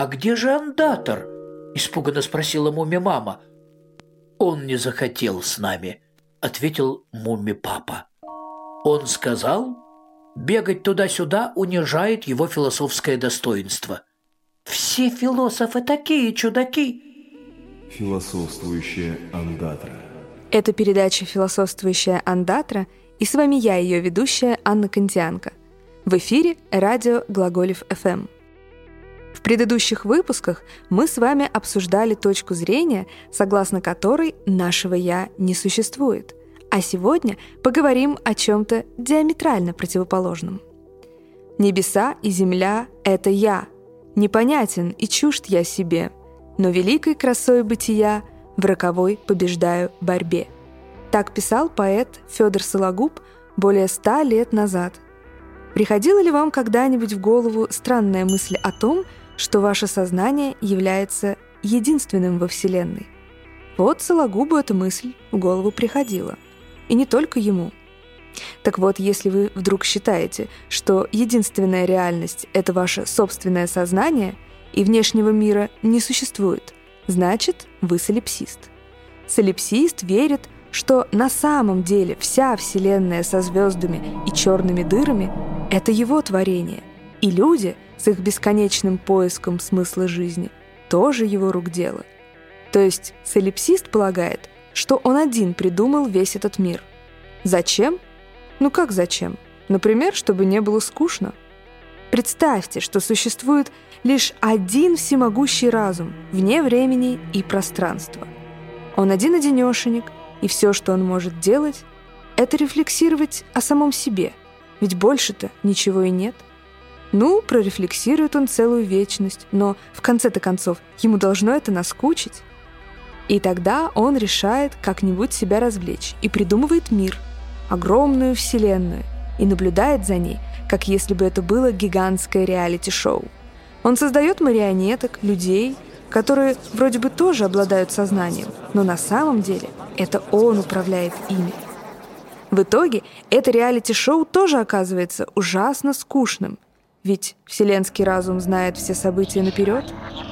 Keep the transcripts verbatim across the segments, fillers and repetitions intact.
«А где же андатор?» – испуганно спросила муми-мама. «Он не захотел с нами», – ответил муми-папа. «Он сказал, бегать туда-сюда унижает его философское достоинство». «Все философы такие чудаки!» Философствующая андатра. Это передача «Философствующая андатра», и с вами я, ее ведущая Анна Кондианко. В эфире радио Глаголев эф эм. В предыдущих выпусках мы с вами обсуждали точку зрения, согласно которой нашего «я» не существует. А сегодня поговорим о чем-то диаметрально противоположном. Небеса и земля — это я. Непонятен и чужд я себе, но великой красой бытия в роковой побеждаю борьбе. Так писал поэт Федор Сологуб более ста лет назад. Приходила ли вам когда-нибудь в голову странная мысль о том, что ваше сознание является единственным во Вселенной? Вот Сологубу эта мысль в голову приходила. И не только ему. Так вот, если вы вдруг считаете, что единственная реальность — это ваше собственное сознание, и внешнего мира не существует, значит, вы солипсист. Солипсист верит, что на самом деле вся Вселенная со звездами и черными дырами — это его творение, и люди с их бесконечным поиском смысла жизни тоже его рук дело. То есть солипсист полагает, что он один придумал весь этот мир. Зачем? Ну как зачем? Например, чтобы не было скучно. Представьте, что существует лишь один всемогущий разум вне времени и пространства. Он один-одинешенек, и все, что он может делать, это рефлексировать о самом себе, ведь больше-то ничего и нет. Ну, прорефлексирует он целую вечность, но в конце-то концов ему должно это наскучить. И тогда он решает как-нибудь себя развлечь и придумывает мир, огромную вселенную, и наблюдает за ней, как если бы это было гигантское реалити-шоу. Он создает марионеток, людей, которые вроде бы тоже обладают сознанием, но на самом деле это он управляет ими. В итоге это реалити-шоу тоже оказывается ужасно скучным, ведь вселенский разум знает все события наперед.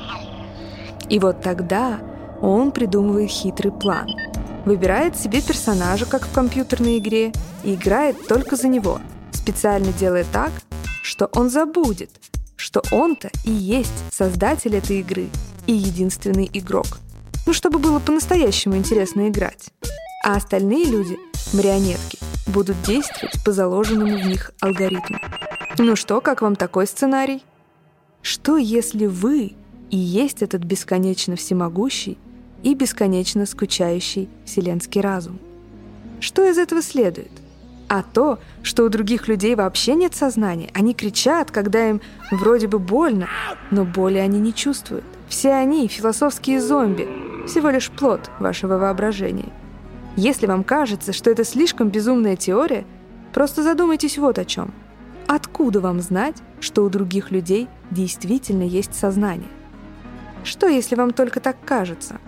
И вот тогда он придумывает хитрый план. Выбирает себе персонажа, как в компьютерной игре, и играет только за него, специально делая так, что он забудет, что он-то и есть создатель этой игры и единственный игрок. Ну, чтобы было по-настоящему интересно играть. А остальные люди, марионетки, будут действовать по заложенному в них алгоритму. Ну что, как вам такой сценарий? Что, если вы и есть этот бесконечно всемогущий и бесконечно скучающий вселенский разум? Что из этого следует? А то, что у других людей вообще нет сознания. Они кричат, когда им вроде бы больно, но боли они не чувствуют. Все они — философские зомби, всего лишь плод вашего воображения. Если вам кажется, что это слишком безумная теория, просто задумайтесь вот о чем. Откуда вам знать, что у других людей действительно есть сознание? Что, если вам только так кажется?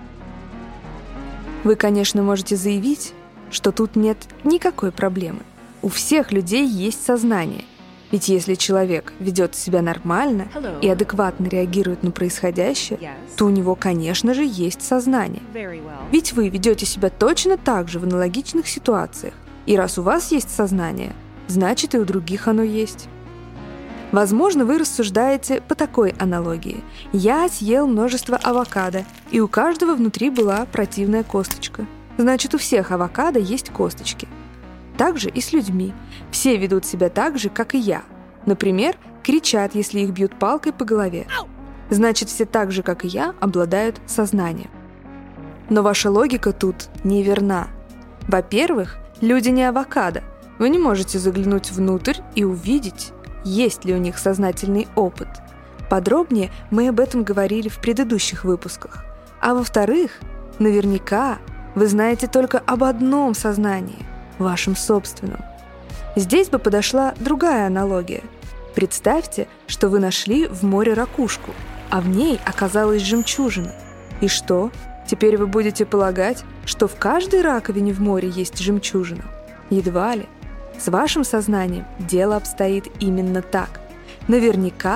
Вы, конечно, можете заявить, что тут нет никакой проблемы. У всех людей есть сознание. Ведь если человек ведет себя нормально и адекватно реагирует на происходящее, то у него, конечно же, есть сознание. Ведь вы ведете себя точно так же в аналогичных ситуациях. И раз у вас есть сознание, значит и у других оно есть. Возможно, вы рассуждаете по такой аналогии. Я съел множество авокадо, и у каждого внутри была противная косточка. Значит, у всех авокадо есть косточки. Так же и с людьми. Все ведут себя так же, как и я. Например, кричат, если их бьют палкой по голове. Значит, все так же, как и я, обладают сознанием. Но ваша логика тут неверна. Во-первых, люди не авокадо. Вы не можете заглянуть внутрь и увидеть, есть ли у них сознательный опыт. Подробнее мы об этом говорили в предыдущих выпусках. А во-вторых, наверняка вы знаете только об одном сознании – вашем собственном. Здесь бы подошла другая аналогия. Представьте, что вы нашли в море ракушку, а в ней оказалась жемчужина. И что? Теперь вы будете полагать, что в каждой раковине в море есть жемчужина? Едва ли. С вашим сознанием дело обстоит именно так. Наверняка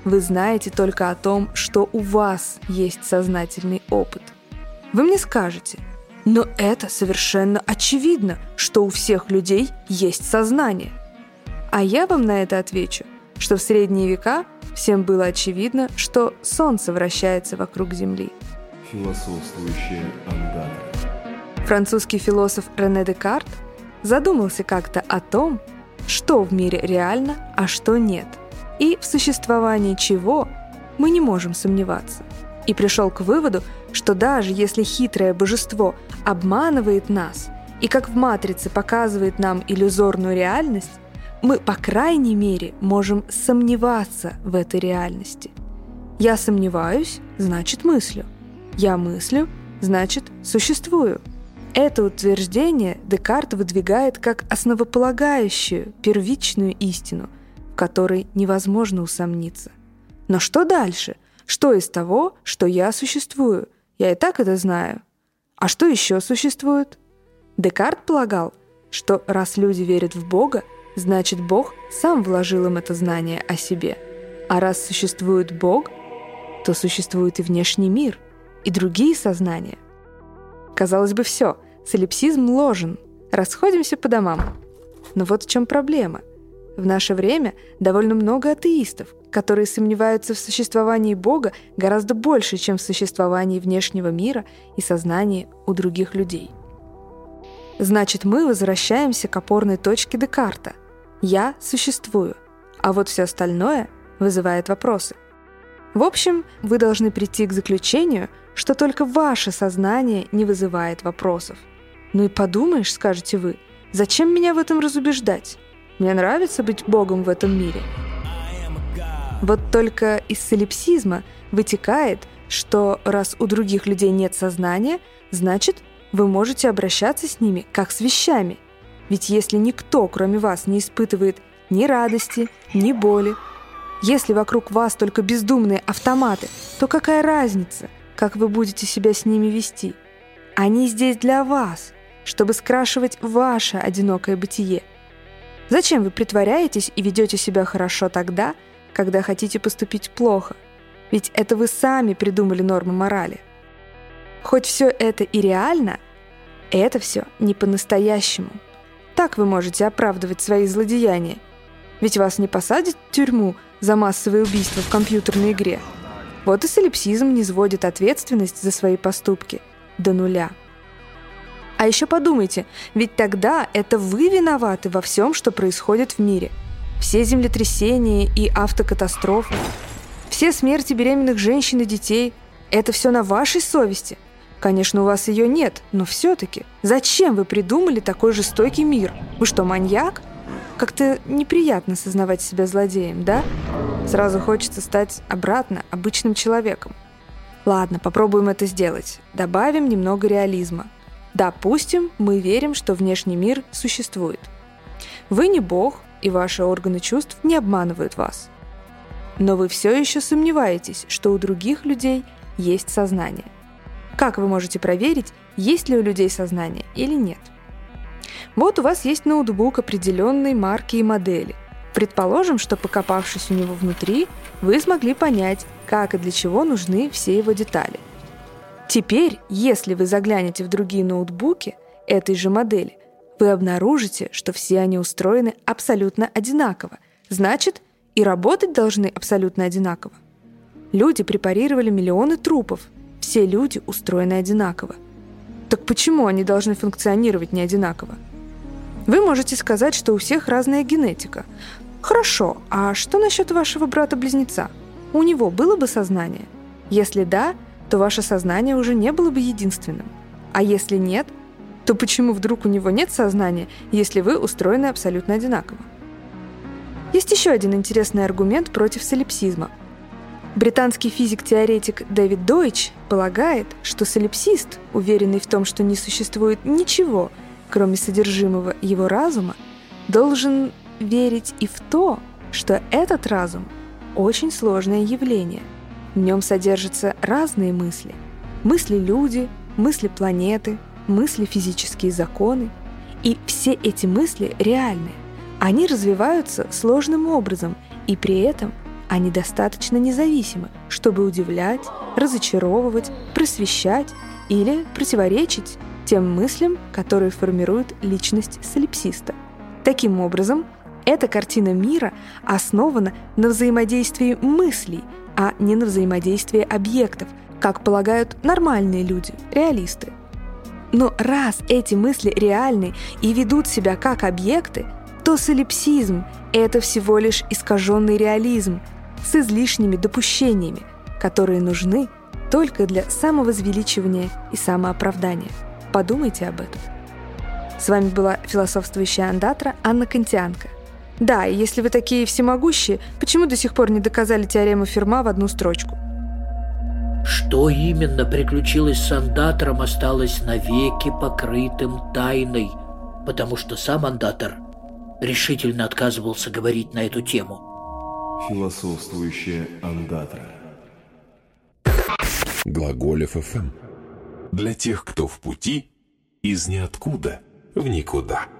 вы знаете только о том, что у вас есть сознательный опыт. Вы мне скажете: но это совершенно очевидно, что у всех людей есть сознание. А я вам на это отвечу, что в средние века всем было очевидно, что Солнце вращается вокруг Земли. Философствующая андатра. Французский философ Рене Декарт задумался как-то о том, что в мире реально, а что нет, и в существовании чего мы не можем сомневаться. И пришел к выводу, что даже если хитрое божество обманывает нас и как в «Матрице» показывает нам иллюзорную реальность, мы, по крайней мере, можем сомневаться в этой реальности. Я сомневаюсь, значит, мыслю. Я мыслю, значит, существую. Это утверждение Декарт выдвигает как основополагающую, первичную истину, в которой невозможно усомниться. Но что дальше? Что из того, что я существую? Я и так это знаю. А что еще существует? Декарт полагал, что раз люди верят в Бога, значит, Бог сам вложил им это знание о себе. А раз существует Бог, то существует и внешний мир, и другие сознания. Казалось бы, все, солипсизм ложен, расходимся по домам. Но вот в чем проблема. В наше время довольно много атеистов, которые сомневаются в существовании Бога гораздо больше, чем в существовании внешнего мира и сознании у других людей. Значит, мы возвращаемся к опорной точке Декарта. «Я существую», а вот все остальное вызывает вопросы. В общем, вы должны прийти к заключению, что только ваше сознание не вызывает вопросов. Ну и подумаешь, скажете вы, зачем меня в этом разубеждать? Мне нравится быть Богом в этом мире. Вот только из солипсизма вытекает, что раз у других людей нет сознания, значит, вы можете обращаться с ними как с вещами. Ведь если никто, кроме вас, не испытывает ни радости, ни боли, если вокруг вас только бездумные автоматы, то какая разница, как вы будете себя с ними вести? Они здесь для вас, чтобы скрашивать ваше одинокое бытие. Зачем вы притворяетесь и ведете себя хорошо тогда, когда хотите поступить плохо? Ведь это вы сами придумали нормы морали. Хоть все это и реально, это все не по-настоящему. Так вы можете оправдывать свои злодеяния. Ведь вас не посадят в тюрьму за массовое убийство в компьютерной игре. Вот и солипсизм низводит ответственность за свои поступки до нуля. А еще подумайте, ведь тогда это вы виноваты во всем, что происходит в мире. Все землетрясения и автокатастрофы, все смерти беременных женщин и детей – это все на вашей совести. Конечно, у вас ее нет, но все-таки. Зачем вы придумали такой жестокий мир? Вы что, маньяк? Как-то неприятно сознавать себя злодеем, да? Сразу хочется стать обратно обычным человеком. Ладно, попробуем это сделать. Добавим немного реализма. Допустим, мы верим, что внешний мир существует. Вы не Бог, и ваши органы чувств не обманывают вас. Но вы все еще сомневаетесь, что у других людей есть сознание. Как вы можете проверить, есть ли у людей сознание или нет? Вот у вас есть ноутбук определенной марки и модели. Предположим, что, покопавшись у него внутри, вы смогли понять, как и для чего нужны все его детали. Теперь, если вы заглянете в другие ноутбуки этой же модели, вы обнаружите, что все они устроены абсолютно одинаково. Значит, и работать должны абсолютно одинаково. Люди препарировали миллионы трупов. Все люди устроены одинаково. Так почему они должны функционировать не одинаково? Вы можете сказать, что у всех разная генетика. Хорошо, а что насчет вашего брата-близнеца? У него было бы сознание? Если да, то ваше сознание уже не было бы единственным. А если нет, то почему вдруг у него нет сознания, если вы устроены абсолютно одинаково? Есть еще один интересный аргумент против солипсизма. Британский физик-теоретик Дэвид Дойч полагает, что солипсист, уверенный в том, что не существует ничего, кроме содержимого его разума, должен верить и в то, что этот разум – очень сложное явление. В нем содержатся разные мысли. Мысли-люди, мысли-планеты, мысли-физические законы. И все эти мысли реальны. Они развиваются сложным образом и при этом они достаточно независимы, чтобы удивлять, разочаровывать, просвещать или противоречить тем мыслям, которые формируют личность солипсиста. Таким образом, эта картина мира основана на взаимодействии мыслей, а не на взаимодействии объектов, как полагают нормальные люди, реалисты. Но раз эти мысли реальны и ведут себя как объекты, то солипсизм — это всего лишь искаженный реализм с излишними допущениями, которые нужны только для самовозвеличивания и самооправдания. Подумайте об этом. С вами была философствующая андатра Анна Контианко. Да, и если вы такие всемогущие, почему до сих пор не доказали теорему Ферма в одну строчку? Что именно приключилось с андатором, осталось навеки покрытым тайной, потому что сам андатор решительно отказывался говорить на эту тему. Философствующая андатра. Глаголев эф эм. Для тех, кто в пути из ниоткуда в никуда.